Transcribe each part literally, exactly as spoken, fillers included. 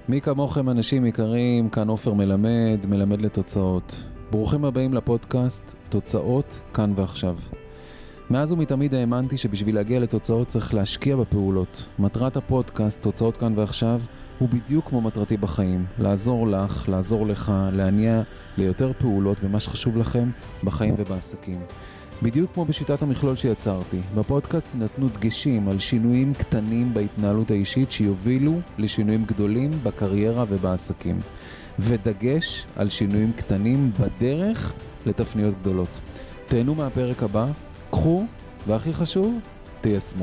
מי כמוכם אנשים יקרים, כאן עופר מלמד, מלמד לתוצאות. ברוכים הבאים לפודקאסט, תוצאות כאן ועכשיו. מאז ומתמיד האמנתי שבשביל להגיע לתוצאות צריך להשקיע בפעולות. מטרת הפודקאסט, תוצאות כאן ועכשיו, הוא בדיוק כמו מטרתי בחיים. לעזור לך, לעזור לך, להניע ליותר פעולות במה שחשוב לכם בחיים ובעסקים. בדיוק כמו בשיטת המכלול שיצרתי, בפודקאסט נתנו דגשים על שינויים קטנים בהתנהלות האישית שיובילו לשינויים גדולים בקריירה ובעסקים. ודגש על שינויים קטנים בדרך לתפניות גדולות. תהנו מהפרק הבא, קחו, והכי חשוב, תיישמו.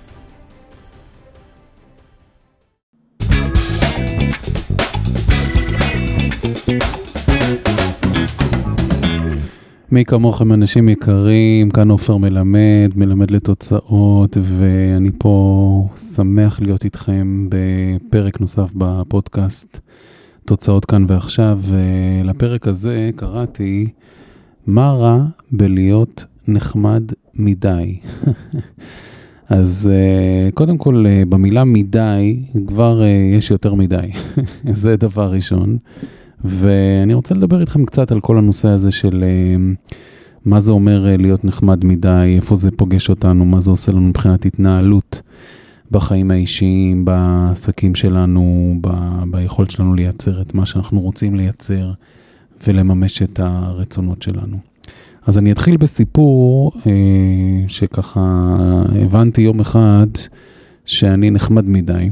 מי כמוכם אנשים יקרים, כאן עופר מלמד, מלמד לתוצאות, ואני פה שמח להיות איתכם בפרק נוסף בפודקאסט תוצאות כאן ועכשיו. ולפרק הזה קראתי מה רע בלהיות נחמד מדי. אז קודם כל במילה מדי כבר יש יותר מדי, זה דבר ראשון. ואני רוצה לדבר איתכם קצת על כל הנושא הזה של מה זה אומר להיות נחמד מדי, איפה זה פוגש אותנו, מה זה עושה לנו מבחינת התנהלות בחיים האישיים, בעסקים שלנו, ב- ביכולת שלנו לייצר את מה שאנחנו רוצים לייצר ולממש את הרצונות שלנו. אז אני אתחיל בסיפור שככה הבנתי יום אחד שאני נחמד מדי.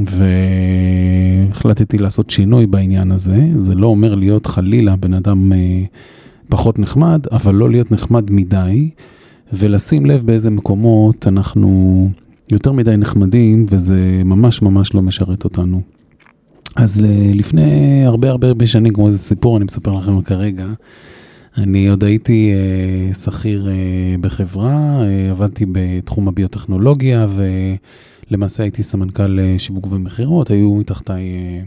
והחלטתי לעשות שינוי בעניין הזה. זה לא אומר להיות חלילה בן אדם פחות נחמד, אבל לא להיות נחמד מדי, ולשים לב באיזה מקומות אנחנו יותר מדי נחמדים, וזה ממש ממש לא משרת אותנו. אז לפני הרבה הרבה הרבה שנים, כמו איזה סיפור אני מספר לכם כרגע, אני עוד הייתי שכיר בחברה, עבדתי בתחום הביוטכנולוגיה, ו... למעשה הייתי סמנכ"ל שיווק ומחירות, היו מתחתיי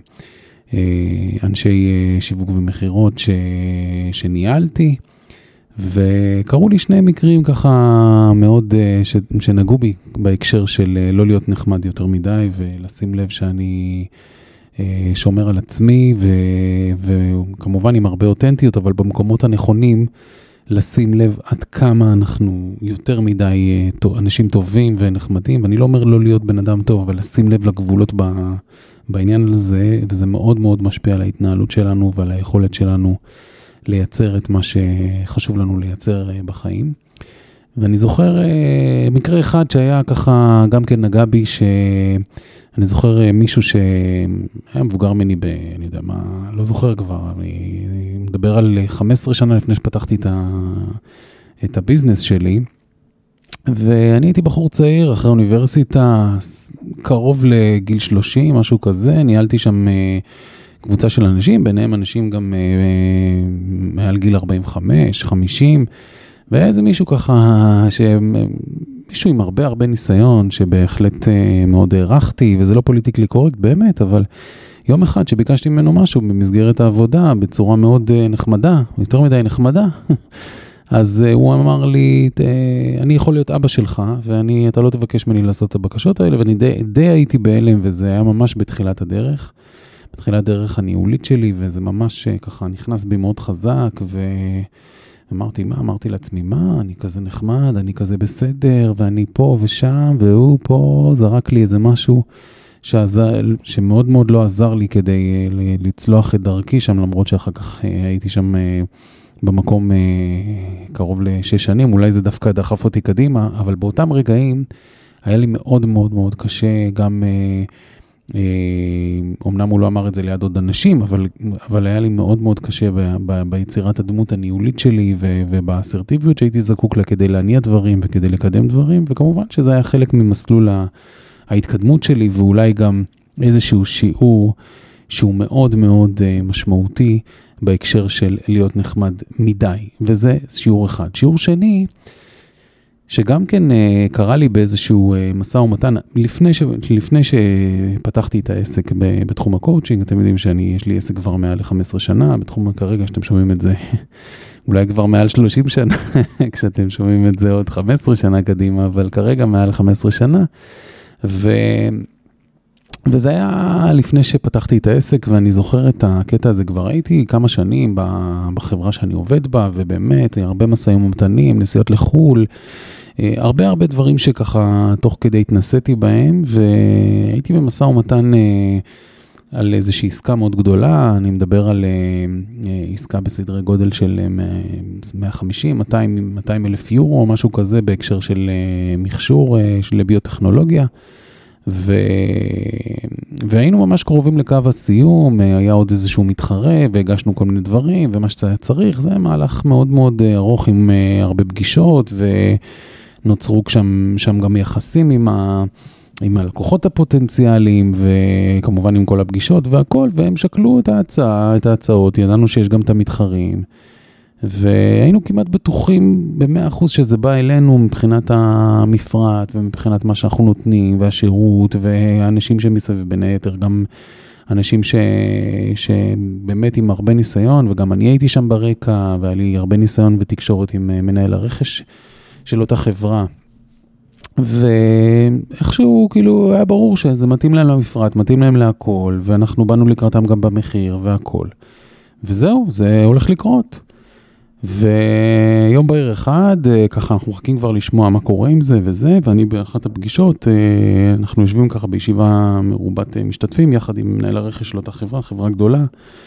אנשי שיווק ומחירות ש... שניהלתי, וקראו לי שני מקרים ככה מאוד ש... שנגעו בי בהקשר של לא להיות נחמד יותר מדי, ולשים לב שאני שומר על עצמי, ו... וכמובן עם הרבה אותנטיות, אבל במקומות הנכונים, לשים לב עד כמה אנחנו יותר מדי אנשים טובים ונחמדים, ואני לא אומר לא להיות בן אדם טוב, אבל לשים לב לגבולות בעניין הזה, וזה מאוד מאוד משפיע על ההתנהלות שלנו ועל היכולת שלנו לייצר את מה שחשוב לנו לייצר בחיים. ואני זוכר מקרה אחד שהיה ככה גם כן נגע בי, שאני זוכר מישהו שהיה מבוגר ממני ב... אני יודע מה, לא זוכר כבר, אני מדבר על חמש עשרה שנה לפני שפתחתי את, ה... את הביזנס שלי, ואני הייתי בחור צעיר אחרי אוניברסיטה, קרוב לגיל שלושים, משהו כזה, ניהלתי שם קבוצה של אנשים, ביניהם אנשים גם מעל גיל ארבעים וחמש, חמישים, ואיזה מישהו ככה, מישהו עם הרבה הרבה ניסיון, שבהחלט מאוד הערכתי, וזה לא פוליטיקלי קורקט באמת, אבל יום אחד שביקשתי ממנו משהו במסגרת העבודה, בצורה מאוד נחמדה, יותר מדי נחמדה, אז הוא אמר לי, אני יכול להיות אבא שלך, ואני, אתה לא תבקש ממני לעשות את הבקשות האלה, ואני די, די הייתי בהלם, וזה היה ממש בתחילת הדרך, בתחילת הדרך הניהולית שלי, וזה ממש ככה נכנס בי מאוד חזק, ו... אמרתי, מה? אמרתי לעצמי, מה? אני כזה נחמד, אני כזה בסדר, ואני פה ושם, והוא פה זרק לי איזה משהו שעזר, שמאוד מאוד לא עזר לי כדי לצלוח את דרכי שם, למרות שאחר כך הייתי שם במקום קרוב לשש שנים, אולי זה דווקא דחף אותי קדימה, אבל באותם רגעים היה לי מאוד מאוד מאוד קשה, גם... אמנם הוא לא אמר את זה ליד עוד אנשים, אבל, אבל היה לי מאוד מאוד קשה ב, ב, ביצירת הדמות הניהולית שלי ו, ובאסרטיביות שהייתי זקוק לה כדי להניע דברים וכדי לקדם דברים, וכמובן שזה היה חלק ממסלול ההתקדמות שלי, ואולי גם איזשהו שיעור שהוא מאוד מאוד משמעותי בהקשר של להיות נחמד מדי, וזה שיעור אחד. שיעור שני, שגם כן קרה לי באיזשהו מסע ומתן, לפני, ש, לפני שפתחתי את העסק בתחום הקואוצ'ינג, אתם יודעים שאני, יש לי עסק כבר מעל חמש עשרה שנה, בתחום כרגע שאתם שומעים את זה, אולי כבר מעל שלושים שנה, כשאתם שומעים את זה עוד חמש עשרה שנה קדימה, אבל כרגע מעל חמש עשרה שנה, ו... וזה היה לפני שפתחתי את העסק, ואני זוכר את הקטע הזה, כבר הייתי כמה שנים בחברה שאני עובד בה, ובאמת, הרבה מסעים ומתנים, נסיעות לחול, הרבה הרבה דברים שככה תוך כדי התנסיתי בהם, והייתי במסע ומתן על איזושהי עסקה מאוד גדולה, אני מדבר על עסקה בסדרי גודל של מאה וחמישים, מאתיים אלף יורו, משהו כזה, בהקשר של מכשור, של ביוטכנולוגיה, ו... והיינו ממש קרובים לקו הסיום, היה עוד איזשהו מתחרה, והגשנו כל מיני דברים, ומה שהיה צריך, זה מהלך מאוד מאוד ארוך עם הרבה פגישות, ונוצרו שם, שם גם יחסים עם, ה... עם הלקוחות הפוטנציאליים, וכמובן עם כל הפגישות והכל, והם שקלו את ההצעה, את ההצעות, ידענו שיש גם את המתחרים, והיינו כמעט בטוחים ב-מאה אחוז שזה בא אלינו מבחינת המפרט ומבחינת מה שאנחנו נותנים והשירות והאנשים שמסביב בין היתר, גם אנשים ש... שבאמת עם הרבה ניסיון, וגם אני הייתי שם ברקע והיה לי הרבה ניסיון ותקשורת עם מנהל הרכש של אותה חברה. ואיכשהו כאילו היה ברור שזה מתאים להם למפרט, מתאים להם להכל, ואנחנו באנו לקראתם גם במחיר והכל. וזהו, זה הולך לקרות. ויום בעיר אחד, ככה אנחנו מחכים כבר לשמוע מה קורה עם זה וזה, ואני באחת הפגישות, אנחנו יושבים ככה בישיבה מרובת משתתפים, יחד עם מנהל הרכש של אותה חברה, חברה גדולה,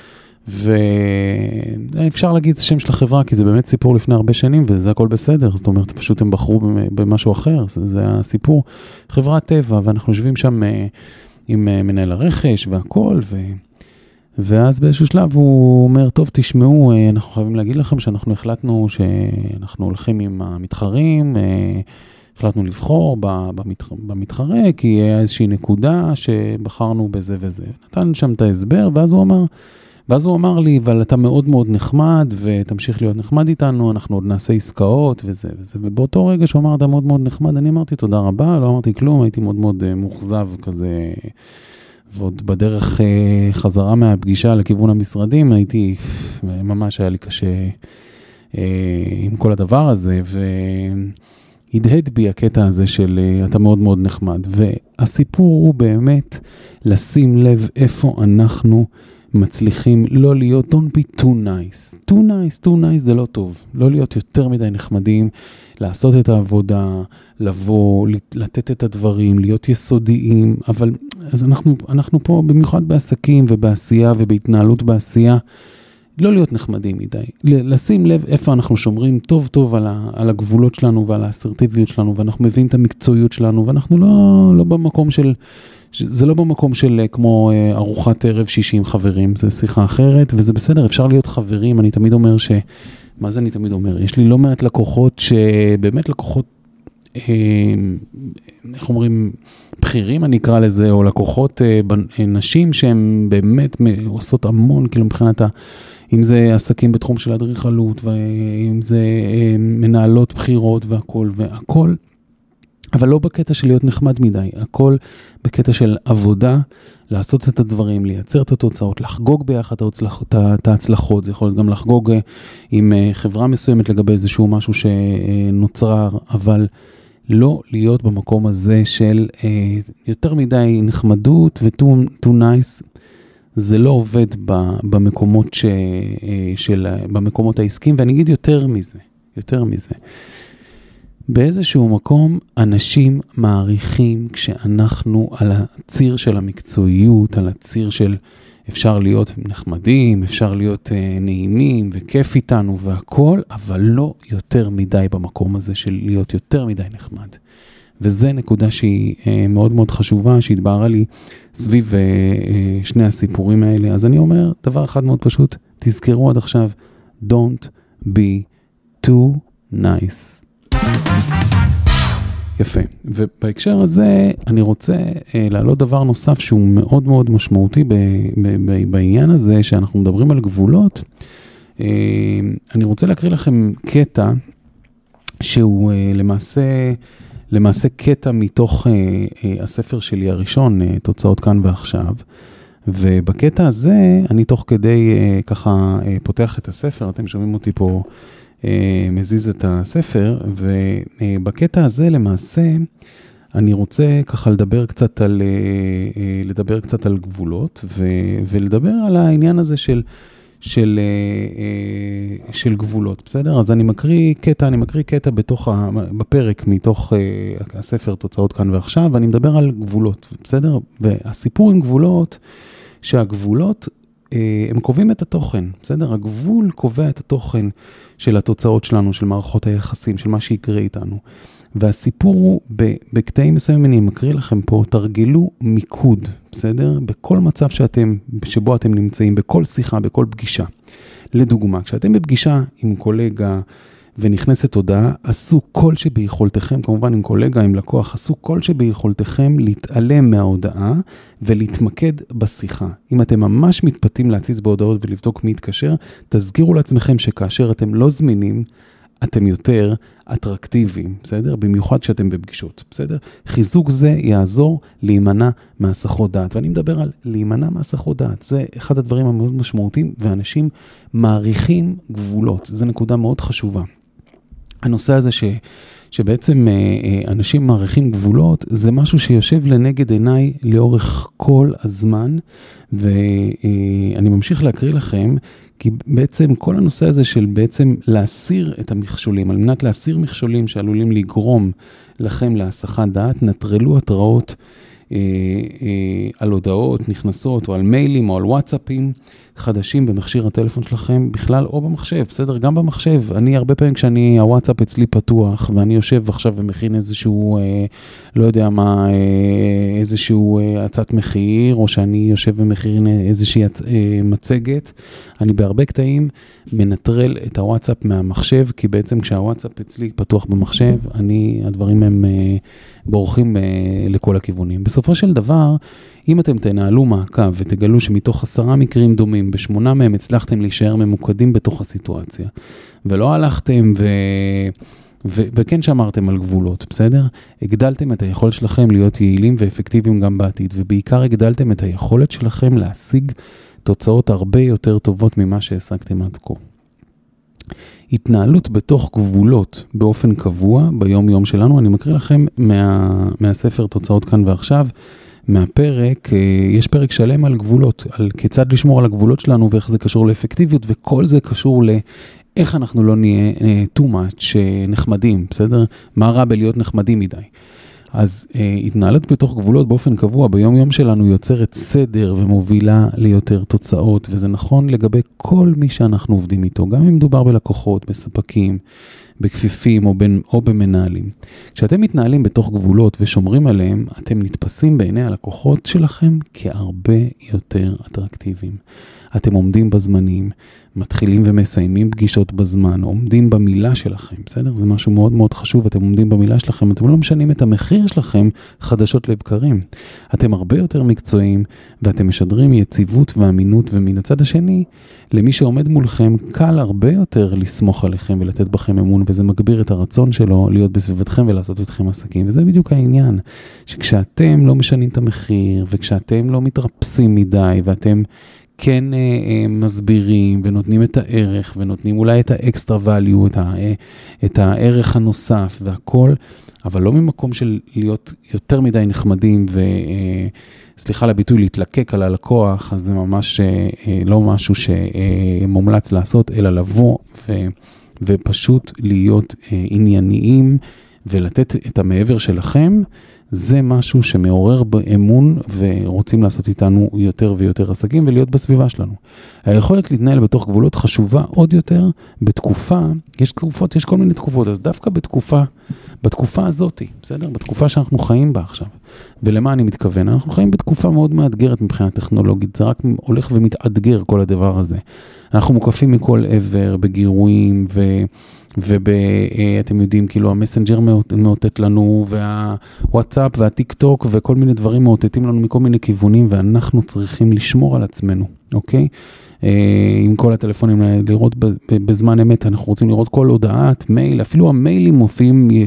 ואפשר להגיד את השם של החברה, כי זה באמת סיפור לפני הרבה שנים, וזה הכל בסדר, זאת אומרת, פשוט הם בחרו במשהו אחר, זה הסיפור. חברת טבע, ואנחנו יושבים שם עם מנהל הרכש והכל, ו... ואז באיזשהו שלב הוא אומר, טוב, תשמעו, אנחנו חייבים להגיד לכם שאנחנו החלטנו שאנחנו הולכים עם המתחרים, החלטנו לבחור במתחרה, כי היה איזושהי נקודה שבחרנו בזה וזה. נתן שם את ההסבר, ואז הוא אמר, ואז הוא אמר לי, אבל אתה מאוד מאוד נחמד, ותמשיך להיות נחמד איתנו, אנחנו עוד נעשה עסקאות וזה וזה. ובאותו רגע שהוא אמר, אתה מאוד מאוד נחמד, אני אמרתי תודה רבה, לא אמרתי כלום, הייתי מאוד מאוד מוחזב כזה, ועוד בדרך חזרה מהפגישה לכיוון המשרדים, הייתי, ממש היה לי קשה עם כל הדבר הזה, והדהד בי הקטע הזה של אתה מאוד מאוד נחמד, והסיפור הוא באמת לשים לב איפה אנחנו מצליחים לא להיות, don't be too nice, too nice, too nice זה לא טוב, לא להיות יותר מדי נחמדים, לעשות את העבודה, לבוא, לתת את הדברים, להיות יסודיים, אבל אז אנחנו, אנחנו פה במיוחד בעסקים ובעשייה ובהתנהלות בעשייה, לא להיות נחמדים מדי, לשים לב איפה אנחנו שומרים טוב טוב על, ה, על הגבולות שלנו ועל האסרטיביות שלנו, ואנחנו מביאים את המקצועיות שלנו, ואנחנו לא, לא במקום של, זה לא במקום של כמו ארוחת ערב שישים חברים, זה שיחה אחרת, וזה בסדר, אפשר להיות חברים, אני תמיד אומר ש, מה זה אני תמיד אומר? יש לי לא מעט לקוחות שבאמת לקוחות, איך אומרים, בחירים אני אקרא לזה, או לקוחות נשים שהן באמת עושות המון, כאילו מבחינת ה... אם זה עסקים בתחום של אדריכלות, ואם זה מנהלות בחירות והכל והכל, אבל לא בקטע של להיות נחמד מדי, הכל בקטע של עבודה, לעשות את הדברים, לייצר את התוצאות, לחגוג ביחד את ההצלחות, זה יכול להיות גם לחגוג עם חברה מסוימת לגבי איזשהו משהו שנוצר, אבל לא להיות במקום הזה של יותר מדי נחמדות ו-too nice, זה לא עובד במקומות, ש, של, במקומות העסקים, ואני אגיד יותר מזה, יותר מזה. באיזשהו מקום, אנשים מעריכים כשאנחנו על הציר של המקצועיות, על הציר של אפשר להיות נחמדים, אפשר להיות נעימים וכיף איתנו והכל, אבל לא יותר מדי במקום הזה של להיות יותר מדי נחמד. וזה נקודה שהיא מאוד מאוד חשובה, שהתבהרה לי סביב שני הסיפורים האלה. אז אני אומר, דבר אחד מאוד פשוט, תזכרו עד עכשיו, don't be too nice. יפה. ובהקשר הזה, אני רוצה להעלות דבר נוסף שהוא מאוד מאוד משמעותי בעניין הזה, שאנחנו מדברים על גבולות. אני רוצה להקריא לכם קטע, שהוא למעשה... למעשה קטע מתוך אה, אה, הספר שלי הראשון, אה, תוצאות כאן ועכשיו, ובקטע הזה אני תוך כדי אה, ככה אה, פותח את הספר, אתם שומעים אותי פה אה, מזיז את הספר, ובקטע הזה למעשה אני רוצה ככה לדבר קצת על, לדבר קצת על גבולות, ו, ולדבר על העניין הזה של, של, של גבולות, בסדר? אז אני מקריא קטע, אני מקריא קטע בתוך, בפרק מתוך הספר תוצאות כאן ועכשיו, ואני מדבר על גבולות, בסדר? והסיפור עם גבולות, שהגבולות, הם קובעים את התוכן, בסדר? הגבול קובע את התוכן של התוצאות שלנו, של מערכות היחסים, של מה שיקרה איתנו. והסיפור הוא, בקטעים מסוימים, אני מקריא לכם פה, תרגלו מיקוד, בסדר? בכל מצב שאתם, שבו אתם נמצאים, בכל שיחה, בכל פגישה. לדוגמה, כשאתם בפגישה עם קולגה ונכנסת הודעה, עשו כל שביכולתכם, כמובן עם קולגה, עם לקוח, עשו כל שביכולתכם להתעלם מההודעה ולהתמקד בשיחה. אם אתם ממש מתפתים להציץ בהודעות ולבדוק מי יתקשר, תזכירו לעצמכם שכאשר אתם לא זמינים, אתם יותר אטרקטיביים, בסדר? במיוחד שאתם בפגישות, בסדר? חיזוק זה יעזור להימנע מהסחות דעת, ואני מדבר על להימנע מהסחות דעת, זה אחד הדברים המאוד משמעותיים, ואנשים מעריכים גבולות, זה נקודה מאוד חשובה. הנושא הזה ש, שבעצם אנשים מעריכים גבולות, זה משהו שיושב לנגד עיניי לאורך כל הזמן, ואני ממשיך להקריא לכם, כי בעצם כל הנושא הזה של בעצם להסיר את המכשולים, על מנת להסיר מכשולים שעלולים לגרום לכם להסחת דעת, נטרלו התראות אה, אה, על הודעות נכנסות או על מיילים או על וואטסאפים חדשים במכשיר הטלפון שלכם בכלל או במחשב, בסדר? גם במחשב. אני הרבה פעמים כשאני, הוואטסאפ אצלי פתוח ואני יושב עכשיו ומכין איזשהו, אה, לא יודע מה, אה, איזשהו אה, הצעת מחיר, או שאני יושב ומכין איזושהי הצ, אה, מצגת, אני בהרבה קטעים מנטרל את הוואטסאפ מהמחשב, כי בעצם כשהוואטסאפ אצלי פתוח במחשב, אני, הדברים הם אה, בורחים אה, לכל הכיוונים. בסופו של דבר, אם אתם תנהלו מעקב ותגלו שמתוך עשרה מקרים דומים, בשמונה מהם הצלחתם להישאר ממוקדים בתוך הסיטואציה, ולא הלכתם ו... ו... וכן שמרתם על גבולות, בסדר? הגדלתם את היכולת שלכם להיות יעילים ואפקטיביים גם בעתיד, ובעיקר הגדלתם את היכולת שלכם להשיג תוצאות הרבה יותר טובות ממה שהשגתם עד כה. התנהלות בתוך גבולות באופן קבוע ביום יום שלנו, אני מקריא לכם מה... מהספר תוצאות כאן ועכשיו, מהפרק, יש פרק שלם על גבולות, על כיצד לשמור על הגבולות שלנו ואיך זה קשור לאפקטיביות, וכל זה קשור לאיך אנחנו לא נהיה too much נחמדים, בסדר? מה רע בלהיות נחמדים מדי? אז התנהלות בתוך גבולות באופן קבוע ביום יום שלנו יוצרת סדר ומובילה ליותר תוצאות, וזה נכון לגבי כל מי שאנחנו עובדים איתו, גם אם מדובר בלקוחות, בספקים, בכפיפים או, בין, או במנהלים. כשאתם מתנהלים בתוך גבולות ושומרים עליהם, אתם נתפסים בעיני הלקוחות שלכם כהרבה יותר אטרקטיביים. אתם עומדים בזמנים, מתחילים ומסיימים פגישות בזמן, עומדים במילה שלכם, בסדר? זה משהו מאוד מאוד חשוב, אתם עומדים במילה שלכם, אתם לא משנים את המחיר שלכם חדשות לבקרים. אתם הרבה יותר מקצועיים, ואתם משדרים יציבות ואמינות, ומן הצד השני, למי שעומד מולכם, קל הרבה יותר לסמוך עליכם ולתת בכם אמון, וזה מגביר את הרצון שלו להיות בסביבתכם ולעשות אתכם עסקים, וזה בדיוק העניין, שכשאתם לא משנים את המחיר, וכשאתם לא מתרפסים מדי, ואתם כן אה, מסבירים ונותנים את הערך ונותנים אולי את האקסטרה value, את, ה, אה, את הערך הנוסף והכל, אבל לא ממקום של להיות יותר מדי נחמדים וסליחה אה, לביטוי להתלקק על הלקוח, אז זה ממש אה, אה, לא משהו שמומלץ לעשות, אלא לבוא ו, ופשוט להיות אה, ענייניים ולתת את המעבר שלכם, זה משהו שמעורר באמון ורוצים לעשות איתנו יותר ויותר עסקים ולהיות בסביבה שלנו. היכולת להתנהל בתוך גבולות חשובה עוד יותר בתקופה, יש תקופות, יש כל מיני תקופות, אז דווקא בתקופה, בתקופה הזאת, בסדר? בתקופה שאנחנו חיים בה עכשיו. ולמה אני מתכוון? אנחנו חיים בתקופה מאוד מאתגרת מבחינה טכנולוגית, זה רק הולך ומתאתגר כל הדבר הזה. אנחנו מוקפים מכל עבר, בגירויים ו... ואתם יודעים, כאילו המסנג'ר מאותת לנו, והוואטסאפ והטיק טוק וכל מיני דברים מאותתים לנו מכל מיני כיוונים, ואנחנו צריכים לשמור על עצמנו, אוקיי? עם כל הטלפונים, לראות בזמן אמת, אנחנו רוצים לראות כל הודעת, מייל, אפילו המיילים מופיעים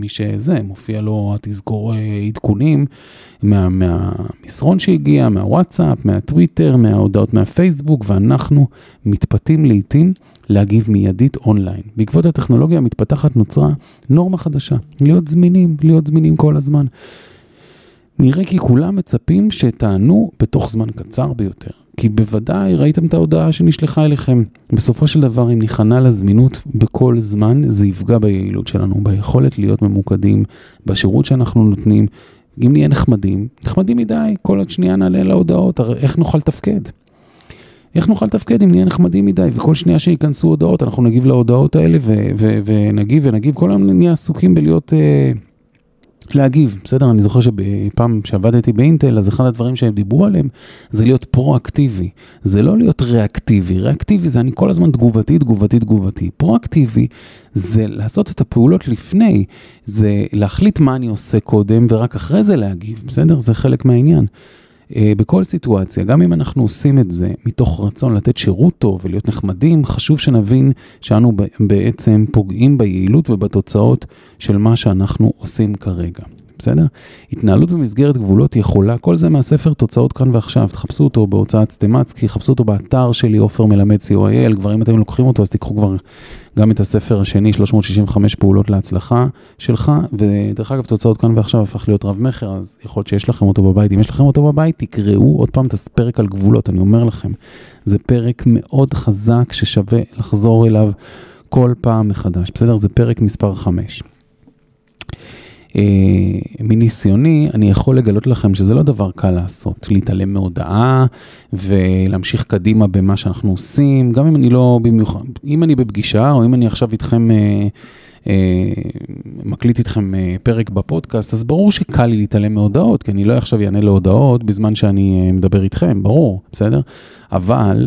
מי שזה, מופיע לו התזכור עדכונים מה, מהמסרון שהגיע, מהוואטסאפ, מהטוויטר, מההודעות מהפייסבוק, ואנחנו מתפתים לעתים להגיב מיידית אונליין. בעקבות הטכנולוגיה המתפתחת נוצרה נורמה חדשה, להיות זמינים, להיות זמינים כל הזמן. נראה כי כולם מצפים שתענו בתוך זמן קצר ביותר. כי בוודאי ראיתם את ההודעה שנשלחה אליכם. בסופו של דבר, אם ניכנע לזמינות בכל זמן, זה יפגע ביעילות שלנו, ביכולת להיות ממוקדים, בשירות שאנחנו נותנים. אם נהיה נחמדים, נחמדים מדי, כל עוד שנייה נעלה להודעות, איך נוכל לתפקד? איך נוכל לתפקד אם נהיה נחמדים מדי, וכל שנייה שיכנסו הודעות, אנחנו נגיב להודעות האלה, ו- ו- ונגיב ונגיב, כל היום נהיה עסוקים בלהיות... אה, להגיב, בסדר? אני זוכר שבפעם שעבדתי באינטל, אז אחד הדברים שהם דיברו עליהם, זה להיות פרואקטיבי. זה לא להיות ריאקטיבי. ריאקטיבי זה אני כל הזמן תגובתי, תגובתי, תגובתי. פרואקטיבי זה לעשות את הפעולות לפני, זה להחליט מה אני עושה קודם, ורק אחרי זה להגיב, בסדר? זה חלק מהעניין. בכל סיטואציה, גם אם אנחנו עושים את זה מתוך רצון לתת שירות טוב ולהיות נחמדים, חשוב שנבין שאנו בעצם פוגעים ביעילות ובתוצאות של מה שאנחנו עושים כרגע. בסדר? התנהלות במסגרת גבולות יכולה, כל זה מהספר תוצאות כאן ועכשיו, תחפשו אותו בהוצאת סטמצקי, חפשו אותו באתר שלי, אופר מלמד סי או איי אל, כבר אם אתם לוקחים אותו, אז תיקחו כבר גם את הספר השני, שלוש מאות שישים וחמש פעולות להצלחה שלך, ודרך אגב, תוצאות כאן ועכשיו הפך להיות רב מחר, אז יכול להיות שיש לכם אותו בבית, אם יש לכם אותו בבית, תקראו עוד פעם את הפרק על גבולות, אני אומר לכם, זה פרק מאוד חזק ששווה לחזור אליו כל פעם מחדש, בסדר? זה פרק מספר חמש. מניסיוני, אני יכול לגלות לכם שזה לא דבר קל לעשות, להתעלם מהודעה ולהמשיך קדימה במה שאנחנו עושים, גם אם אני לא במיוחד, אם אני בפגישה או אם אני עכשיו איתכם, מקליט איתכם פרק בפודקאסט, אז ברור שקל לי להתעלם מהודעות, כי אני לא עכשיו יענה להודעות בזמן שאני מדבר איתכם, ברור, בסדר? אבל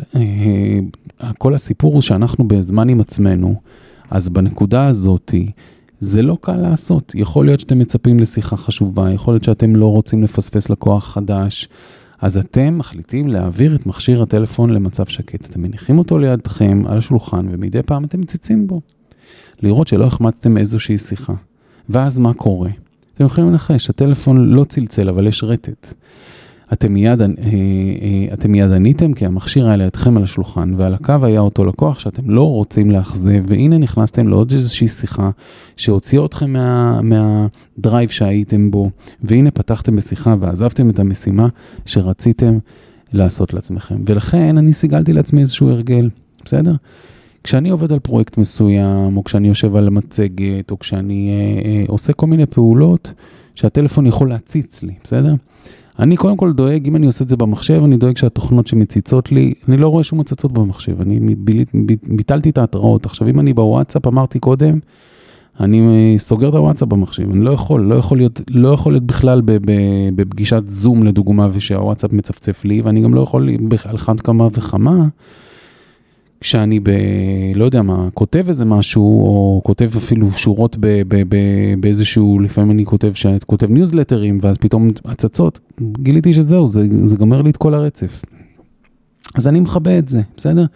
כל הסיפור הוא שאנחנו בזמן עם עצמנו, אז בנקודה הזאת, זה לא קל לעשות. יכול להיות שאתם מצפים לשיחה חשובה, יכול להיות שאתם לא רוצים לפספס לקוח חדש, אז אתם מחליטים להעביר את מכשיר הטלפון למצב שקט. אתם מניחים אותו לידכם על השולחן, ומדי פעם אתם מציצים בו. לראות שלא החמצתם איזושהי שיחה. ואז מה קורה? אתם יכולים לנחש, הטלפון לא צלצל, אבל יש רטט. אתם מיד, אתם מיד עניתם, כי המכשיר היה לידכם על השולחן, ועל הקו היה אותו לקוח שאתם לא רוצים להחזב, והנה נכנסתם לעוד איזושהי שיחה, שהוציאה אתכם מה, מהדרייב שהייתם בו, והנה פתחתם בשיחה, ועזבתם את המשימה שרציתם לעשות לעצמכם. ולכן אני סיגלתי לעצמי איזשהו הרגל, בסדר? כשאני עובד על פרויקט מסוים, או כשאני יושב על מצגת, או כשאני אה, עושה כל מיני פעולות, שהטלפון יכול להציץ לי, בסדר? אני קודם כל דואג, אם אני עושה את זה במחשב, אני דואג שהתוכנות שמציצות לי, אני לא רואה שום מצצות במחשב, אני ביט, ביטלתי את ההתראות. עכשיו, אם אני בוואטסאפ, אמרתי קודם, אני סוגר את הוואטסאפ במחשב, אני לא יכול, לא יכול להיות, לא יכול להיות בכלל בפגישת זום לדוגמה, ושהוואטסאפ מצפצף לי, ואני גם לא יכול על חד כמה וכמה, כשאני ב... לא יודע מה, כותב איזה משהו, או כותב אפילו שורות ב, ב, ב, באיזשהו, לפעמים אני כותב, כותב ניוזלטרים, ואז פתאום הצצות, גיליתי שזהו, זה, זה גמר לי את כל הרצף. אז אני מחבא את זה, בסדר?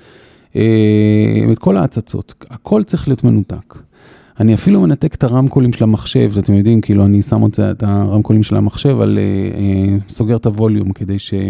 את כל ההצצות, הכל צריך להיות מנותק. אני אפילו מנתק את הרמקולים של המחשב, אתם יודעים, כאילו אני שם את הרמקולים של המחשב, על סוגר את הווליום, כדי ש...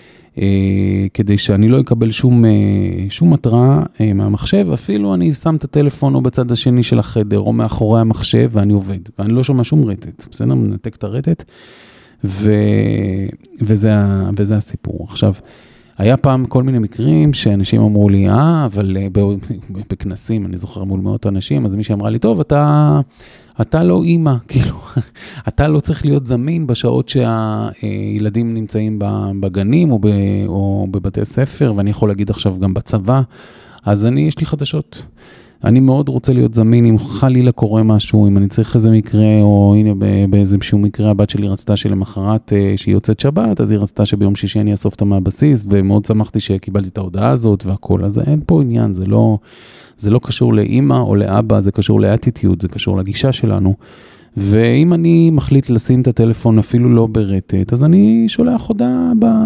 כדי שאני לא אקבל שום, שום התראה מהמחשב, אפילו אני שם את הטלפון או בצד השני של החדר, או מאחורי המחשב, ואני עובד, ואני לא שומע שום רטט, בסדר? מנתק את הרטט, ו... וזה, וזה הסיפור. עכשיו, היה פעם כל מיני מקרים שאנשים אמרו לי, אה, אבל בכנסים, אני זוכר מול מאות אנשים, אז מישהי אמרה לי, טוב, אתה, אתה לא אימא, כאילו, אתה לא צריך להיות זמין בשעות שהילדים נמצאים בגנים או, ב, או בבתי ספר, ואני יכול להגיד עכשיו גם בצבא, אז אני, יש לי חדשות. אני מאוד רוצה להיות זמין, אם חלילה קורה משהו, אם אני צריך איזה מקרה, או הנה באיזשהו מקרה, הבת שלי רצתה שלמחרת שהיא יוצאת שבת, אז היא רצתה שביום שישי אני אסוף אותה מהבסיס, ומאוד שמחתי שקיבלתי את ההודעה הזאת והכל, אז אין פה עניין, זה לא, זה לא קשור לאמא או לאבא, זה קשור לאטיטיוד, זה קשור לגישה שלנו, ואם אני מחליט לשים את הטלפון אפילו לא ברטט, אז אני שולח הודעה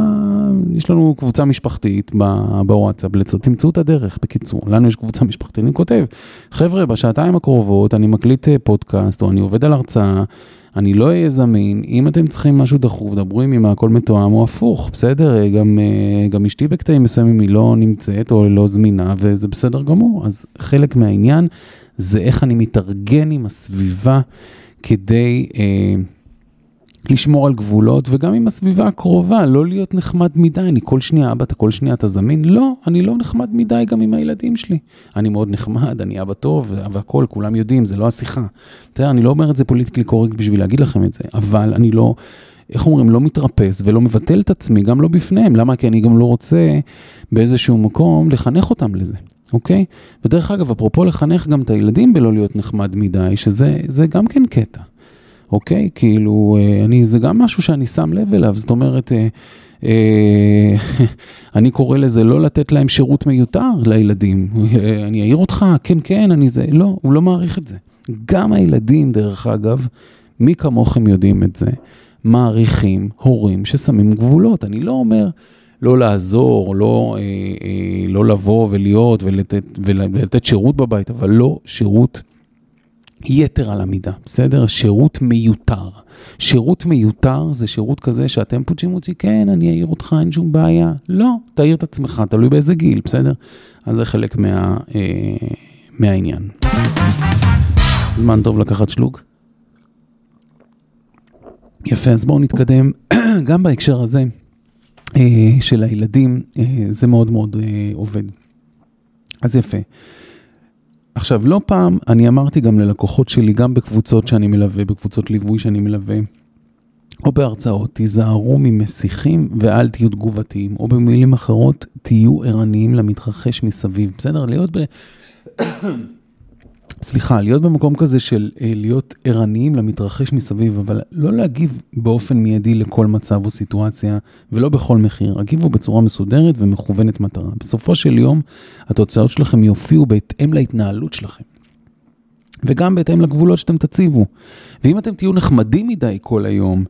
יש לנו קבוצה משפחתית בוואטסאפ, תמצאו את הדרך, בקיצור, לנו יש קבוצה משפחתית, אני כותב, חבר'ה, בשעתיים הקרובות אני מקליט פודקאסט, או אני עובד על הרצאה, אני לא אהיה זמין, אם אתם צריכים משהו דחוף, דברו עם אמא, הכל מתואם או הפוך, בסדר, גם, גם אשתי בקטעים מסוימים היא לא נמצאת או לא זמינה, וזה בסדר גמור, אז חלק מהעניין זה איך אני מתארגן עם הסביבה, כדי אה, לשמור על גבולות, וגם עם הסביבה הקרובה, לא להיות נחמד מדי, אני כל שנייה, אבא, אתה כל שנייה אתה זמין? לא, אני לא נחמד מדי גם עם הילדים שלי. אני מאוד נחמד, אני אבא טוב, והכל, כולם יודעים, זה לא השיחה. תראה, אני לא אומר את זה פוליטיקלי קורקט בשביל להגיד לכם את זה, אבל אני לא, איך אומרים, לא מתרפס ולא מבטל את עצמי, גם לא בפניהם. למה? כי אני גם לא רוצה באיזשהו מקום לחנך אותם לזה. אוקיי? ודרך אגב, אפרופו לחנך גם את הילדים בלא להיות נחמד מדי, שזה זה גם כן קטע. אוקיי? כאילו, אני, זה גם משהו שאני שם לב אליו, זאת אומרת, אה, אה, אני קורא לזה לא לתת להם שירות מיותר לילדים. אני אעיר אותך, כן, כן, אני זה, לא, הוא לא מעריך את זה. גם הילדים, דרך אגב, מי כמוכם יודעים את זה, מעריכים הורים ששמים גבולות. אני לא אומר לא לעזור, לא, אה, אה, לא לבוא ולהיות ולתת, ולתת שירות בבית, אבל לא שירות יתר על המידה, בסדר? שירות מיותר. שירות מיותר זה שירות כזה שאתם פוגשים אותי, כן, אני אעיר אותך, אין שום בעיה. לא, תעיר את עצמך, תלוי באיזה גיל, בסדר? אז זה חלק מה, אה, מהעניין. זמן טוב לקחת שלוג. יפה, אז בואו נתקדם. גם בהקשר הזה אה, של הילדים, אה, זה מאוד מאוד אה, עובד. אז יפה. עכשיו, לא פעם, אני אמרתי גם ללקוחות שלי, גם בקבוצות שאני מלווה, בקבוצות ליווי שאני מלווה, או בהרצאות, תיזהרו ממסיכים ואל תהיו תגובתיים, או במילים אחרות, תהיו ערניים למתרחש מסביב. בסדר? להיות ב... סליחה, להיות במקום כזה של להיות ערניים למתרחש מסביב, אבל לא להגיב באופן מיידי לכל מצב או סיטואציה, ולא בכל מחיר. הגיבו בצורה מסודרת ומכוונת מטרה. בסופו של יום, התוצאות שלכם יופיעו בהתאם להתנהלות שלכם. וגם בהתאם לגבולות שאתם תציבו. ואם אתם תהיו נחמדים מדי כל היום,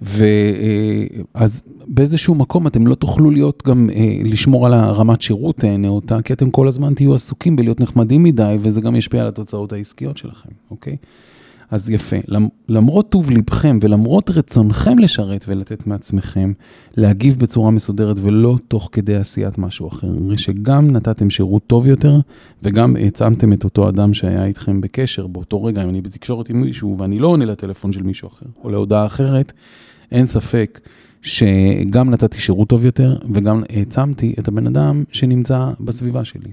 ואז באיזשהו מקום אתם לא תוכלו להיות גם לשמור על הרמת שירות נאותה, כי אתם כל הזמן תהיו עסוקים בלהיות נחמדים מדי, וזה גם ישפיע על התוצאות העסקיות שלכם, אוקיי? אז יפה, למרות טוב לבכם ולמרות רצונכם לשרת ולתת מעצמכם, להגיב בצורה מסודרת ולא תוך כדי עשיית משהו אחר, שגם נתתם שירות טוב יותר, וגם העצמתם את אותו אדם שהיה איתכם בקשר באותו רגע, אם אני בתקשורת עם מישהו ואני לא עונה לטלפון של מישהו אחר, או להודעה אחרת, אין ספק שגם נתתי שירות טוב יותר, וגם העצמתי את הבן אדם שנמצא בסביבה שלי.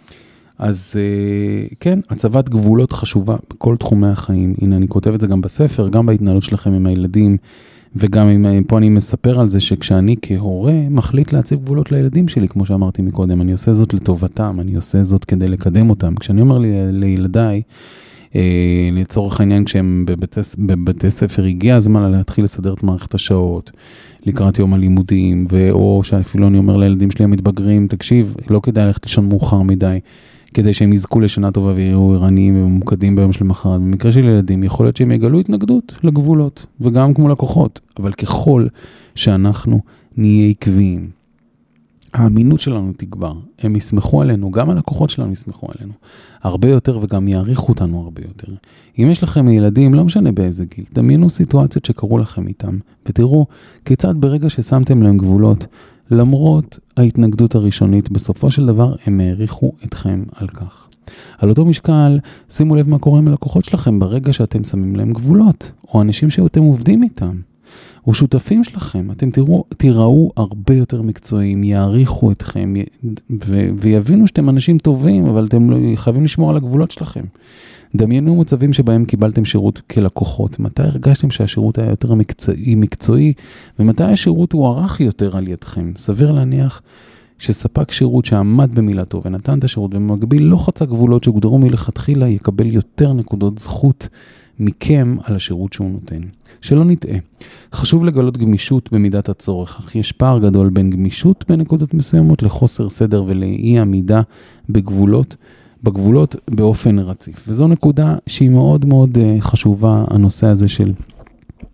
אז כן, הצבת גבולות חשובה בכל תחומי החיים. הנה, אני כותב את זה גם בספר, גם בהתנהלות שלכם עם הילדים, וגם עם, פה אני מספר על זה שכשאני כהורה מחליט להציב גבולות לילדים שלי, כמו שאמרתי מקודם, אני עושה זאת לטובתם, אני עושה זאת כדי לקדם אותם. כשאני אומר לי, לילדיי, אה, לצורך העניין, כשהם בבתי, בבתי ספר, הגיע הזמן להתחיל לסדר את מערכת השעות, לקראת יום הלימודים, או שאפילו אני אומר לילדים שלי המתבגרים, תקשיב, לא כדאי ללכת לישון מאוחר מדי, כדי שהם יזכו לשנה טובה ויהיו ערניים וממוקדים ביום של מחר. במקרה של ילדים, יכול להיות שהם יגלו התנגדות לגבולות, וגם כמו לקוחות. אבל ככל שאנחנו נהיה עקביים, האמינות שלנו תגבר. הם יסמכו עלינו, גם הלקוחות שלנו יסמכו עלינו. הרבה יותר וגם יעריכו אותנו הרבה יותר. אם יש לכם ילדים, לא משנה באיזה גיל, דמיינו סיטואציות שקרו לכם איתם, ותראו כיצד ברגע ששמתם להם גבולות, למרות ההתנגדות הראשונית, בסופו של דבר הם העריכו אתכם על כך. על אותו משקל, שימו לב מה קורה עם הלקוחות שלכם ברגע שאתם שמים להם גבולות, או אנשים שאתם עובדים איתם, או שותפים שלכם. אתם תראו, תראו הרבה יותר מקצועיים, יעריכו אתכם, ו- ויבינו שאתם אנשים טובים, אבל אתם חייבים לשמור על הגבולות שלכם. דמיינו מצבים שבהם קיבלתם שירות כלקוחות. מתי הרגשתם שהשירות היה יותר מקצועי, מקצועי, ומתי השירות הוא ערך יותר על ידכם? סביר להניח שספק שירות שעמד במילתו ונתן את השירות, ובמקביל לא חצה גבולות שגודרו מלכתחילה, יקבל יותר נקודות זכות מכם על השירות שהוא נותן. שלא נטעה. חשוב לגלות גמישות במידת הצורך, אך יש פער גדול בין גמישות בנקודות מסוימות לחוסר סדר ולאי עמידה בגבולות, בגבולות באופן רציף. וזו נקודה שהיא מאוד מאוד חשובה, הנושא הזה של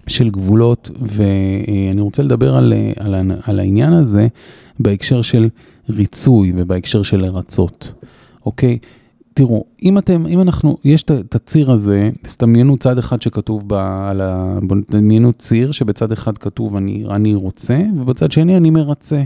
של גבולות, ואני רוצה לדבר על, על, על העניין הזה בהקשר של ריצוי ובהקשר של לרצות. אוקיי? תראו, אם אתם, אם אנחנו, יש את הציר הזה, תדמיינו צד אחד שכתוב על ה... תדמיינו ציר שבצד אחד כתוב אני, אני רוצה, ובצד שני אני מרצה.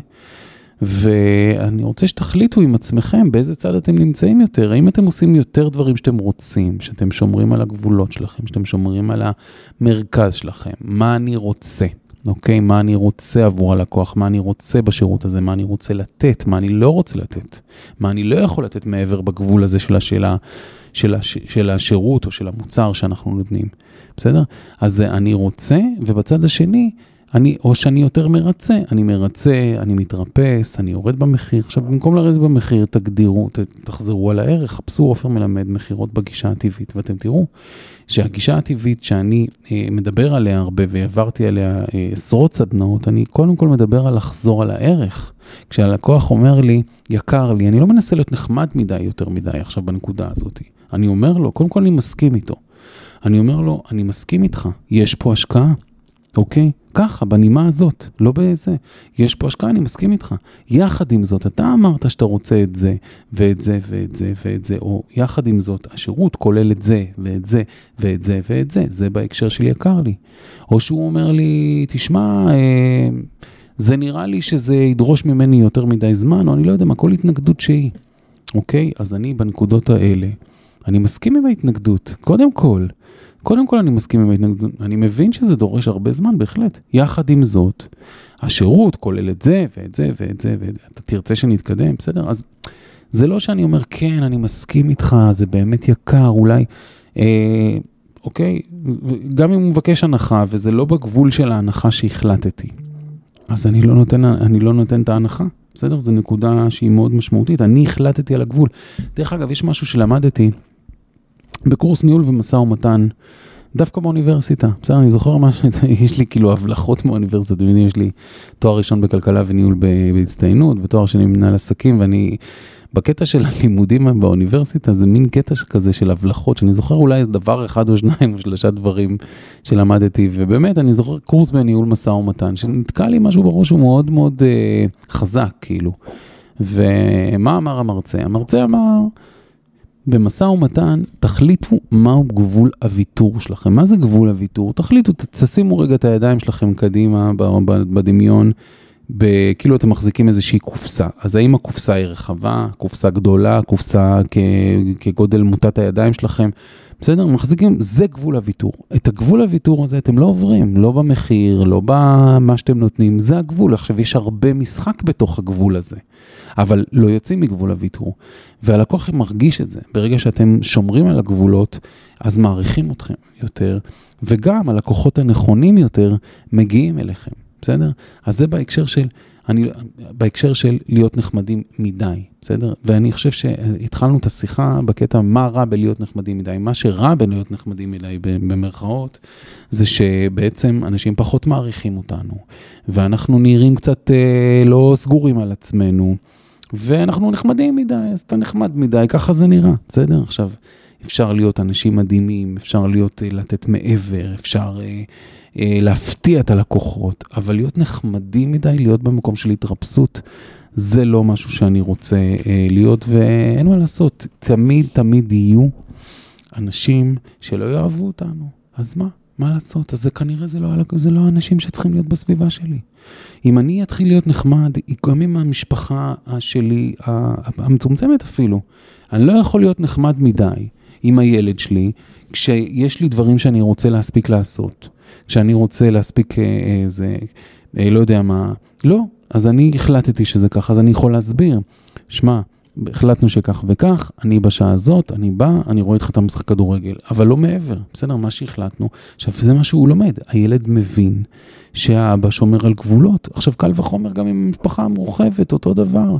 ואני רוצה שתחליטו עם עצמכם באיזה צד אתם נמצאים יותר, האם אתם עושים יותר דברים שאתם רוצים, שאתם שומרים על הגבולות שלכם, שאתם שומרים על המרכז שלכם, מה אני רוצה, אוקיי? מה אני רוצה עבור הלקוח, מה אני רוצה בשירות הזה, מה אני רוצה לתת, מה אני לא רוצה לתת, מה אני לא יכול לתת מעבר בגבול הזה של השאלה, של, הש, של השירות או של המוצר שאנחנו נותנים, בסדר? אז אני רוצה, ובצד השני, אני, או שאני יותר מרצה, אני מרצה, אני מתרפס, אני יורד במחיר. עכשיו, במקום לרדת במחיר, תגדירו, תחזרו על הערך, חפשו עופר מלמד מחירות בגישה הטבעית, ואתם תראו שהגישה הטבעית שאני אה, מדבר עליה הרבה, ועברתי עליה אה, עשרות סדנאות, אני קודם כל מדבר על לחזור על הערך. כשהלקוח אומר לי, יקר לי, אני לא מנסה להיות נחמד מדי, יותר מדי עכשיו בנקודה הזאת. אני אומר לו, קודם כל אני מסכים איתו. אני אומר לו, אני מסכים איתך, יש פה השקעה. אוקיי? ככה, בנימה הזאת, לא בזה. יש פה השקעה, אני מסכים איתך. יחד עם זאת, אתה אמרת שאתה רוצה את זה, ואת זה, ואת זה, ואת זה, או יחד עם זאת, השירות כולל את זה, ואת זה, ואת זה, ואת זה. זה בהקשר של יקר לי. או שהוא אומר לי, תשמע, אה, זה נראה לי שזה ידרוש ממני יותר מדי זמן, או אני לא יודע מה, כל התנגדות שהיא. אוקיי? אז אני בנקודות האלה, אני מסכים עם ההתנגדות, קודם כל. קודם כל אני מסכים עם ההתנגדות, אני מבין שזה דורש הרבה זמן בהחלט. יחד עם זאת, השירות כולל את זה ואת זה ואת זה, ואתה תרצה שנתקדם, בסדר? אז זה לא שאני אומר, כן, אני מסכים איתך, זה באמת יקר, אולי, אה, אוקיי? גם אם הוא מבקש הנחה, וזה לא בגבול של ההנחה שהחלטתי, אז אני לא נותן, אני לא נותן את ההנחה, בסדר? זו נקודה שהיא מאוד משמעותית, אני החלטתי על הגבול. דרך אגב, יש משהו שלמדתי, בקורס ניהול ומשא ומתן, דווקא באוניברסיטה. בסדר, אני זוכר מה, יש לי כאילו הבלחות מהאוניברסיטה, יש לי תואר ראשון בכלכלה וניהול בהצטיינות, ותואר שני מנהל עסקים, ואני, בקטע של הלימודים באוניברסיטה, זה מין קטע כזה של הבלחות, שאני זוכר אולי דבר אחד או שניים, או שלושה דברים שלמדתי, ובאמת אני זוכר קורס בניהול משא ומתן, שנתקע לי משהו בראש, הוא מאוד מאוד אה, חזק, כאילו. ומה אמר המרצה? המרצה אמר, במשא ומתן, תחליטו מהו גבול הוויתור שלכם. מה זה גבול הוויתור? תחליטו, תשימו רגע את הידיים שלכם קדימה בדמיון, כאילו אתם מחזיקים איזושהי קופסה. אז האם הקופסה היא רחבה, קופסה גדולה, קופסה כגודל מוטת הידיים שלכם? בסדר? מחזיקים, זה גבול הוויתור. את הגבול הוויתור הזה אתם לא עוברים, לא במחיר, לא במה שאתם נותנים, זה הגבול. עכשיו יש הרבה משחק בתוך הגבול הזה, אבל לא יוצאים מגבול הוויתור. והלקוח מרגיש את זה. ברגע שאתם שומרים על הגבולות, אז מעריכים אתכם יותר, וגם הלקוחות הנכונים יותר מגיעים אליכם. בסדר? אז זה בהקשר של, אני, בהקשר של להיות נחמדים מדי, בסדר? ואני חושב שהתחלנו את השיחה בקטע מה רע בלהיות נחמדים מדי. מה שרע בלהיות נחמדים מדי במרכאות, זה שבעצם אנשים פחות מעריכים אותנו, ואנחנו נראים קצת אה, לא סגורים על עצמנו, ואנחנו נחמדים מדי, אז אתה נחמד מדי, ככה זה נראה, בסדר? עכשיו, אפשר להיות אנשים מדהימים, אפשר להיות, לתת מעבר, אפשר אה, אה, להפתיע את הלקוחות, אבל להיות נחמדים מדי, להיות במקום של התרפסות, זה לא משהו שאני רוצה אה, להיות, ואין מה לעשות, תמיד תמיד יהיו אנשים שלא יאהבו אותנו, אז מה? מה לעשות? אז זה כנראה זה לא, זה לא האנשים שצריכים להיות בסביבה שלי. אם אני אתחיל להיות נחמד, גם עם המשפחה שלי, המצומצמת אפילו, אני לא יכול להיות נחמד מדי עם הילד שלי, כשיש לי דברים שאני רוצה להספיק לעשות, כשאני רוצה להספיק איזה, לא יודע מה, לא, אז אני החלטתי שזה ככה, אז אני יכול להסביר, שמה, החלטנו שכך וכך, אני בשעה הזאת, אני בא, אני רואה איתך את המשחק כדורגל, אבל לא מעבר, בסדר, מה שהחלטנו. עכשיו, זה מה שהוא לומד, הילד מבין שהאבא שומר על גבולות, עכשיו קל וחומר גם עם המשפחה המורחבת, אותו דבר.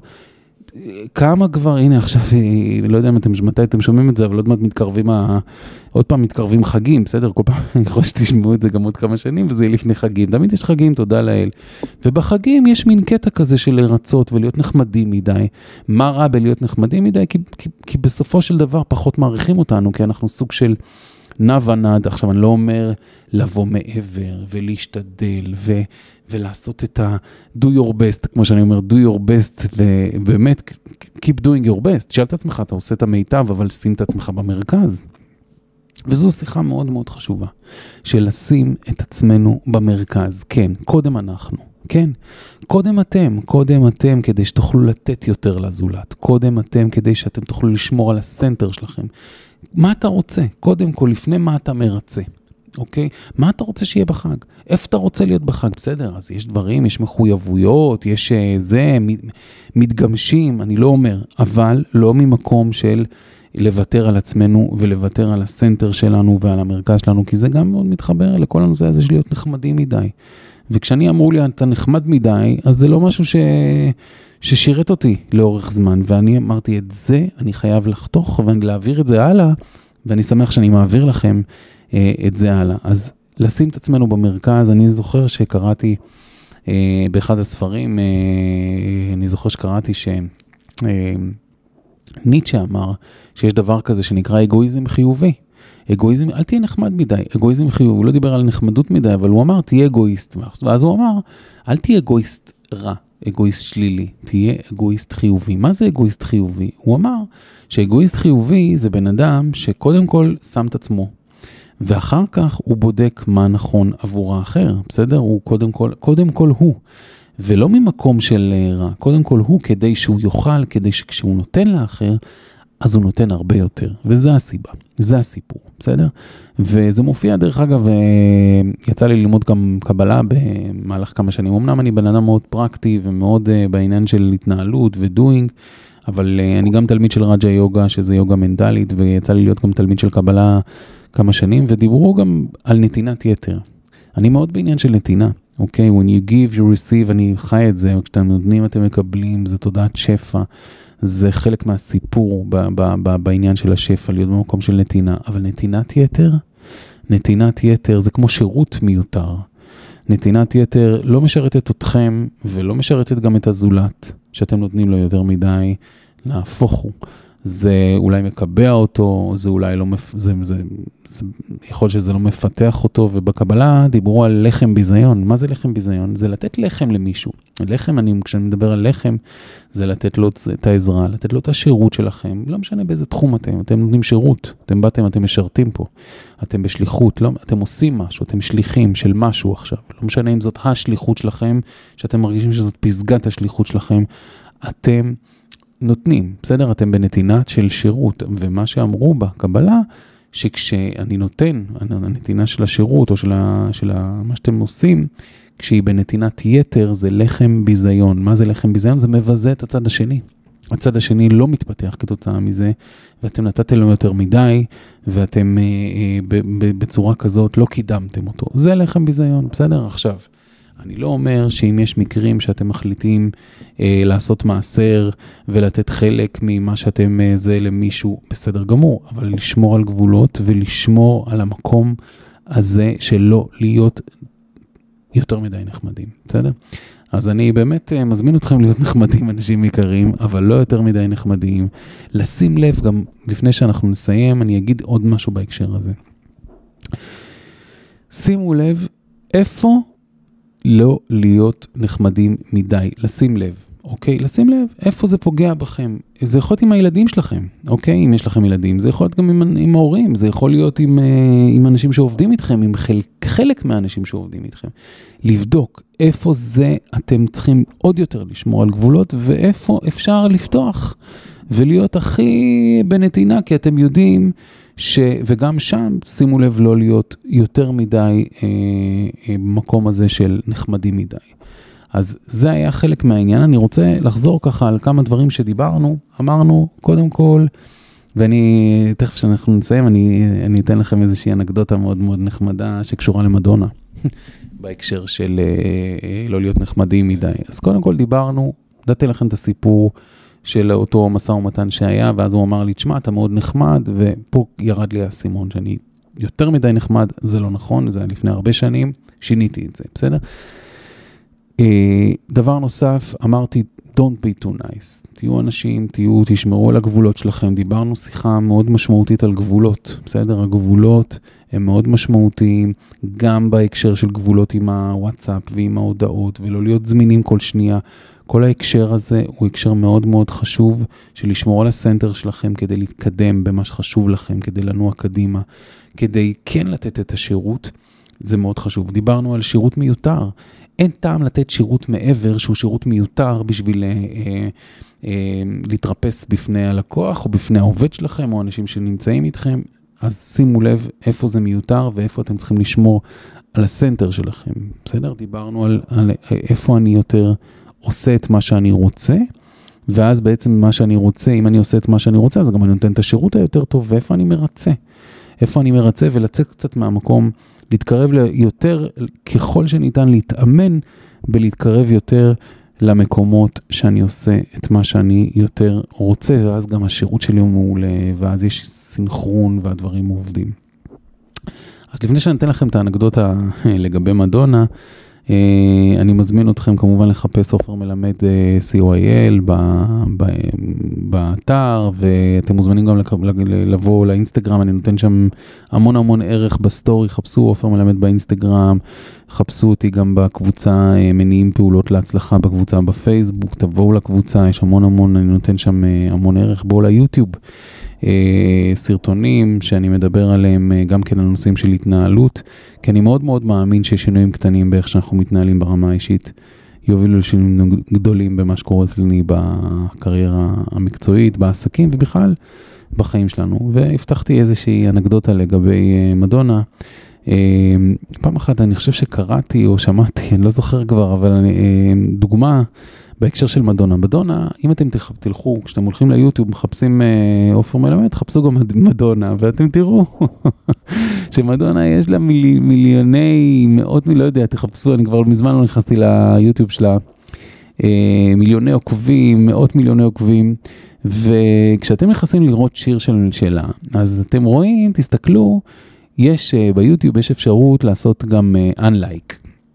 כמה כבר, הנה עכשיו, לא יודע מתי אתם שומעים את זה, אבל עוד מעט מתקרבים, עוד פעם מתקרבים חגים, בסדר? כל פעם אני חושב שתשמעו את זה גם עוד כמה שנים, וזה יהיה לפני חגים. תמיד יש חגים, תודה לאל. ובחגים יש מין קטע כזה של לרצות ולהיות נחמדים מדי. מה רע בלהיות נחמדים מדי? כי, כי, כי בסופו של דבר פחות מעריכים אותנו, כי אנחנו סוג של נע ונד, עכשיו אני לא אומר לבוא מעבר ולהשתדל ו, ולעשות את ה-do your best, כמו שאני אומר, do your best, ובאמת, keep doing your best. תשאל את עצמך, אתה עושה את המיטב, אבל שים את עצמך במרכז. וזו שיחה מאוד מאוד חשובה, של לשים את עצמנו במרכז. כן, קודם אנחנו. כן, קודם אתם, קודם אתם כדי שתוכלו לתת יותר לזולת, קודם אתם כדי שאתם תוכלו לשמור על הסנטר שלכם. מה אתה רוצה? קודם כל, לפני מה אתה מרצה, אוקיי? מה אתה רוצה שיהיה בחג? איפה אתה רוצה להיות בחג? בסדר, אז יש דברים, יש מחויבויות, יש זה, מתגמשים, אני לא אומר, אבל לא ממקום של לוותר על עצמנו ולוותר על הסנטר שלנו ועל המרכז שלנו, כי זה גם מאוד מתחבר לכל הנושא הזה של להיות נחמדים מדי. וכשאני אמרו לי, אתה נחמד מדי, אז זה לא משהו ש... ששירת אותי לאורך זמן, ואני אמרתי, את זה אני חייב לחתוך, ולהעביר את זה הלאה, ואני שמח שאני מעביר לכם אה, את זה הלאה. אז לשים את עצמנו במרכז, אני זוכר שקראתי אה, באחד הספרים, אה, אני זוכר שקראתי ש... אה, ניטשה אמר שיש דבר כזה שנקרא אגואיזם חיובי. אגואיזם, אל תהיה נחמד מדי, אגואיזם חיובי, הוא לא דיבר על נחמדות מדי, אבל הוא אמר, תהיה אגואיסט, ואז הוא אמר, אל תהיה אגואיסט רע, אגואיסט שלילי, תהיה אגואיסט חיובי. מה זה אגואיסט חיובי? הוא אמר שאגואיסט חיובי זה בן אדם שקודם כל שם את עצמו, ואחר כך הוא בודק מה נכון עבור האחר, בסדר? הוא קודם כל, קודם כל הוא, ולא ממקום של רע, קודם כל הוא כדי שהוא יוכל, כדי שכשהוא נותן לאחר, אז הוא נותן הרבה יותר, וזה הסיבה, זה הסיפור, בסדר? וזה מופיע דרך אגב, יצא לי ללמוד גם קבלה במהלך כמה שנים, אמנם אני בן אדם מאוד פרקטי ומאוד בעניין של התנהלות ודוינג, אבל אני גם תלמיד של רג'ה יוגה, שזה יוגה מנטלית, ויצא לי להיות גם תלמיד של קבלה כמה שנים, ודיברו גם על נתינת יתר. אני מאוד בעניין של נתינה, אוקיי? When you give, you receive, אני חי את זה, וכשאתם נותנים אתם מקבלים, זה תודעת שפע, זה חלק מהסיפור ב- ב- ב- בעניין של השפע, להיות במקום של נתינה, אבל נתינת יתר, נתינת יתר זה כמו שירות מיותר. נתינת יתר לא משרתת אתכם, ולא משרתת גם את הזולת, שאתם נותנים לו יותר מדי, להפוך הוא. זה אולי מקבע אותו, זה אולי לא, מפ... זה, זה, זה, יכול שזה לא מפתח אותו, ובקבלה דיברו על לחם ביזיון. מה זה לחם ביזיון? זה לתת לחם למישהו. לחם, אני, כשאני מדבר על לחם, זה לתת לו את העזרה, לתת לו את השירות שלכם. לא משנה באיזה תחום אתם, אתם נותנים שירות, אתם באתם, אתם משרתים פה, אתם בשליחות, לא, אתם עושים משהו, אתם שליחים של משהו עכשיו. לא משנה אם זאת השליחות שלכם, שאתם מרגישים שזאת פסגת השליחות שלכם, אתם נותנים, בסדר? אתם בנתינת של שירות, ומה שאמרו בקבלה, שכשאני נותן, הנתינה של השירות, או של, ה, של ה, מה שאתם עושים, כשהיא בנתינת יתר, זה לחם ביזיון. מה זה לחם ביזיון? זה מבזה את הצד השני. הצד השני לא מתפתח כתוצאה מזה, ואתם נתתם לו יותר מדי, ואתם אה, אה, ב, ב, בצורה כזאת לא קידמתם אותו. זה לחם ביזיון, בסדר? עכשיו, אני לא אומר שאם יש מקרים שאתם מחליטים אה, לעשות מעשר ולתת חלק ממה שאתם אה, זה למישהו בסדר גמור, אבל לשמור על גבולות ולשמור על המקום הזה שלא להיות יותר מדי נחמדים, בסדר? אז אני באמת אה, מזמין אתכם להיות נחמדים, אנשים יקרים, אבל לא יותר מדי נחמדים. לשים לב, גם לפני שאנחנו נסיים, אני אגיד עוד משהו בהקשר הזה. שימו לב איפה לא להיות נחמדים מדי, לשים לב, אוקיי? לשים לב, איפה זה פוגע בכם? זה יכול להיות עם הילדים שלכם, אוקיי? אם יש לכם ילדים, זה יכול להיות גם עם, עם ההורים, זה יכול להיות עם, עם אנשים שעובדים איתכם, עם חלק, חלק מהאנשים שעובדים איתכם. לבדוק איפה זה אתם צריכים עוד יותר לשמור על גבולות, ואיפה אפשר לפתוח ולהיות הכי בנתינה, כי אתם יודעים ש... וגם שם, שימו לב לא להיות יותר מדי אה, במקום הזה של נחמדים מדי. אז זה היה חלק מהעניין. אני רוצה לחזור ככה על כמה דברים שדיברנו. אמרנו, קודם כל, ואני, תכף שאנחנו נסיים, אני, אני אתן לכם איזושהי אנקדוטה מאוד מאוד נחמדה שקשורה למדונה, בהקשר של אה, לא להיות נחמדים מדי. אז קודם כל דיברנו, דעתי לכם את הסיפור, של אותו מסע ומתן שהיה, ואז הוא אמר לי, תשמע, אתה מאוד נחמד, ופה ירד לי הסימון, שאני יותר מדי נחמד, זה לא נכון, זה היה לפני הרבה שנים, שיניתי את זה, בסדר? דבר נוסף, אמרתי, don't be too nice. תהיו אנשים, תהיו, תשמרו על הגבולות שלכם. דיברנו שיחה מאוד משמעותית על גבולות, בסדר? הגבולות הם מאוד משמעותיים, גם בהקשר של גבולות עם הוואטסאפ ועם ההודעות, ולא להיות זמינים כל שנייה. כל ההקשר הזה הוא הקשר מאוד מאוד חשוב, של לשמור על הסנטר שלכם כדי להתקדם במה שחשוב לכם, כדי לנוע קדימה, כדי כן לתת את השירות, זה מאוד חשוב. דיברנו על שירות מיותר. אין טעם לתת שירות מעבר שהוא שירות מיותר בשביל אה, אה, להתרפס בפני הלקוח או בפני העובד שלכם או אנשים שנמצאים איתכם. אז שימו לב איפה זה מיותר ואיפה אתם צריכים לשמור על הסנטר שלכם. בסדר? דיברנו על, על איפה אני יותר עושה את מה שאני רוצה, ואז בעצם מה שאני רוצה, אם אני עושה את מה שאני רוצה, אז גם אני נותן את השירות היותר טוב, ואיפה אני מרצה. איפה אני מרצה ולצאת קצת מהמקום, להתקרב יותר, ככל שניתן להתאמן, בלהתקרב יותר למקומות שאני עושה את מה שאני יותר רוצה, ואז גם השירות שלי הוא מעולה, ואז יש סינכרון והדברים עובדים. אז לפני שאני אתן לכם את האנקדוטה לגבי מדונה, אני מזמין אתכם כמובן לחפש עופר מלמד סי או איי אל באתר, ואתם מוזמנים גם לבוא לאינסטגרם, אני נותן שם המון המון ערך בסטורי, חפשו עופר מלמד באינסטגרם, חפשו אותי גם בקבוצה מניעים פעולות להצלחה בקבוצה בפייסבוק, תבואו לקבוצה, יש המון המון, אני נותן שם המון ערך, בואו ליוטיוב, סרטונים שאני מדבר עליהם גם כן על נושאים של התנהלות, כי אני מאוד מאוד מאמין ששינויים קטנים באיך שאנחנו מתנהלים ברמה האישית, יובילו לשינויים גדולים במה שקורה אצלני בקריירה המקצועית, בעסקים ובכלל בחיים שלנו. והבטחתי איזושהי אנקדוטה לגבי מדונה. פעם אחת אני חושב שקראתי או שמעתי, אני לא זוכר כבר, אבל אני, דוגמה בהקשר של מדונה. מדונה, אם אתם תלכו, כשאתם הולכים ליוטיוב, מחפשים עופר מלמד, חפשו גם מדונה, ואתם תראו שמדונה יש לה מילי, מיליוני, מאות מיליון, לא יודע, תחפשו, אני כבר מזמן לא נכנסתי ליוטיוב שלה, מיליוני עוקבים, מאות מיליוני עוקבים, וכשאתם נכנסים לראות שיר של שלה, אז אתם רואים, תסתכלו, יש ביוטיוב, יש אפשרות לעשות גם unlike.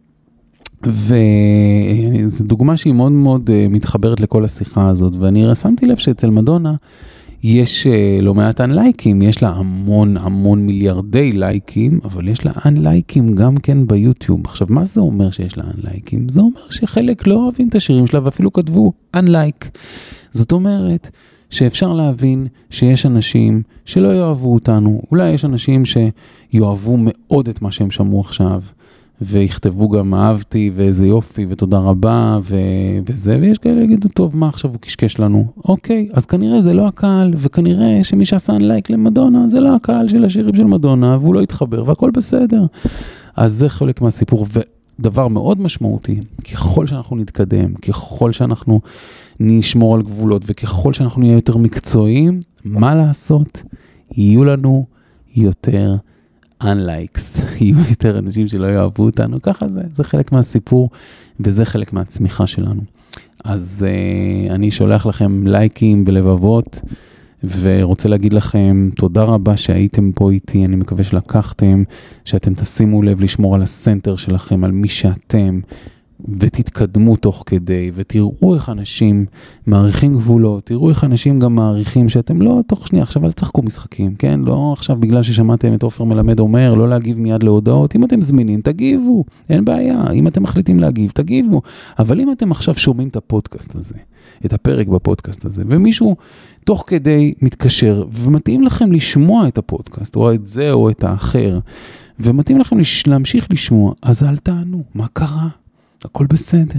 וזו דוגמה שהיא מאוד מאוד מתחברת לכל השיחה הזאת, ואני רשמתי לב שאצל מדונה יש לא מעט אנלייקים, יש לה המון המון מיליארדי לייקים, אבל יש לה אנלייקים גם כן ביוטיוב. עכשיו, מה זה אומר שיש לה אנלייקים? זה אומר שחלק לא אוהבים את השירים שלה, ואפילו כתבו אנלייק. זאת אומרת שאפשר להבין שיש אנשים שלא יאהבו אותנו, אולי יש אנשים שיאהבו מאוד את מה שהם שמעו עכשיו, ויכתבו גם אהבתי ואיזה יופי ותודה רבה ו... וזה, ויש כאלה יגידו, טוב, מה עכשיו הוא קשקש לנו? אוקיי, אז כנראה זה לא הקהל, וכנראה שמי שעשה לייק למדונה, זה לא הקהל של השירים של מדונה, והוא לא יתחבר, והכל בסדר. אז זה חלק מהסיפור, ודבר מאוד משמעותי, ככל שאנחנו נתקדם, ככל שאנחנו נשמור על גבולות, וככל שאנחנו נהיה יותר מקצועיים, מה לעשות? יהיו לנו יותר unlikes, יהיו יותר אנשים שלא יאהבו אותנו, ככה זה, זה חלק מהסיפור, וזה חלק מהצמיחה שלנו. אז uh, אני שולח לכם לייקים בלבבות, ורוצה להגיד לכם תודה רבה שהייתם פה איתי, אני מקווה שלקחתם, שאתם תשימו לב לשמור על הסנטר שלכם, על מי שאתם, ותתקדמו תוך כדי, ותראו איך אנשים מעריכים גבולות, תראו איך אנשים גם מעריכים שאתם לא תוך שנייה, עכשיו אל תשחקו משחקים, כן? לא עכשיו בגלל ששמעתם את עופר מלמד אומר, לא להגיב מיד להודעות, אם אתם זמינים, תגיבו, אין בעיה, אם אתם מחליטים להגיב, תגיבו, אבל אם אתם עכשיו שומעים את הפודקאסט הזה, את הפרק בפודקאסט הזה, ומישהו תוך כדי מתקשר, ומתאים לכם לשמוע את הפודקאסט, או את זה או את האחר, ומתאים לכם להמשיך לשמוע, אז אל תענו, מה קרה? הכל בסדר.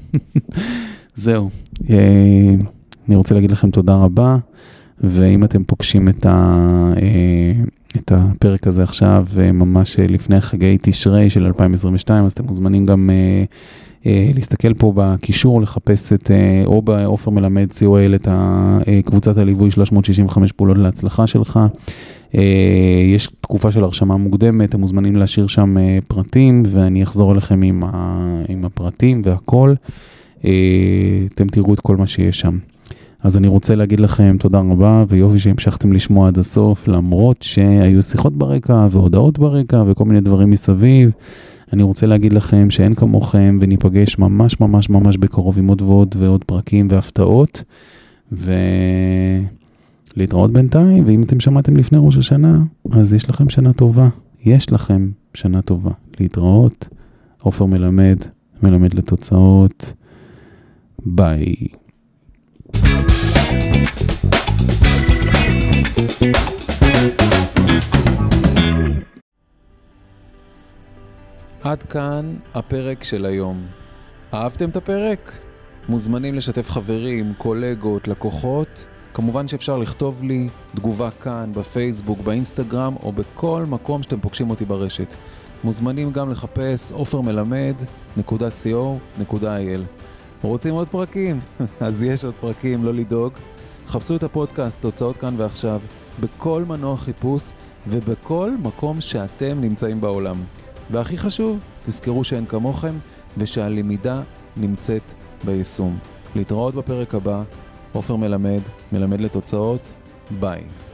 זהו. אני רוצה להגיד לכם תודה רבה, ואם אתם פוגשים את, ה, את הפרק הזה עכשיו, ממש לפני חגי תשרי של אלפיים עשרים ושתיים, אז אתם מוזמנים גם להסתכל פה בקישור, לחפש את, או בעופר מלמד סי או איי אל, את קבוצת הליווי שלוש מאות שישים וחמש פעולות להצלחה שלך. יש תקופה של הרשמה מוקדמת, אתם מוזמנים להשאיר שם פרטים, ואני אחזור אליכם עם, ה, עם הפרטים והכל. אתם תראו את כל מה שיש שם. אז אני רוצה להגיד לכם תודה רבה, ויופי שהמשכתם לשמוע עד הסוף, למרות שהיו שיחות ברקע, והודעות ברקע, וכל מיני דברים מסביב. אני רוצה להגיד לכם שאין כמוכם, וניפגש ממש ממש ממש בקרוב עם עוד ועוד ועוד פרקים והפתעות, ולהתראות בינתיים, ואם אתם שמעתם לפני ראש השנה, אז יש לכם שנה טובה. יש לכם שנה טובה. להתראות. עופר מלמד, מלמד לתוצאות. ביי. עד כאן הפרק של היום. אהבתם את הפרק? מוזמנים לשתף חברים, קולגות, לקוחות. כמובן שאפשר לכתוב לי תגובה כאן, בפייסבוק, באינסטגרם, או בכל מקום שאתם פוגשים אותי ברשת. מוזמנים גם לחפש עופר מלמד נקודה סי או נקודה איי אל. רוצים עוד פרקים? אז יש עוד פרקים, לא לדאוג. חפשו את הפודקאסט, תוצאות כאן ועכשיו, בכל מנוע חיפוש ובכל מקום שאתם נמצאים בעולם. והכי חשוב, תזכרו שאין כמוכם ושהלמידה נמצאת ביישום. להתראות בפרק הבא. עופר מלמד, מלמד לתוצאות. ביי.